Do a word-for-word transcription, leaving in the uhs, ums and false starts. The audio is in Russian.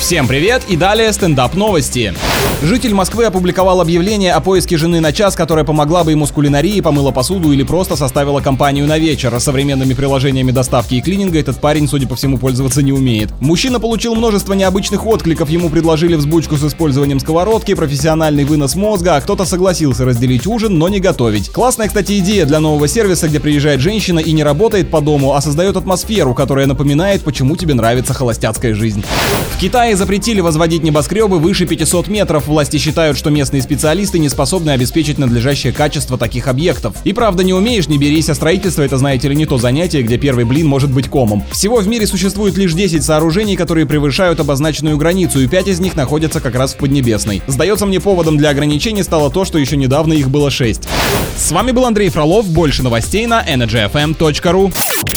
Всем привет и далее стендап новости. Житель Москвы опубликовал объявление о поиске жены на час, которая помогла бы ему с кулинарией, помыла посуду или просто составила компанию на вечер. А современными приложениями доставки и клининга этот парень, судя по всему, пользоваться не умеет. Мужчина получил множество необычных откликов, ему предложили взбучку с использованием сковородки, профессиональный вынос мозга, а кто-то согласился разделить ужин, но не готовить. Классная, кстати, идея для нового сервиса, где приезжает женщина и не работает по дому, а создает атмосферу, которая напоминает, почему тебе нравится холостяцкая жизнь. В Китае запретили возводить небоскребы выше пятисот метров. Власти считают, что местные специалисты не способны обеспечить надлежащее качество таких объектов. И правда, не умеешь, не берись, а строительство — это, знаете ли, не то занятие, где первый блин может быть комом. Всего в мире существует лишь десять сооружений, которые превышают обозначенную границу, и пять из них находятся как раз в Поднебесной. Сдается мне, поводом для ограничений стало то, что еще недавно их было шесть. С вами был Андрей Фролов. Больше новостей на энерджи эф эм точка ру.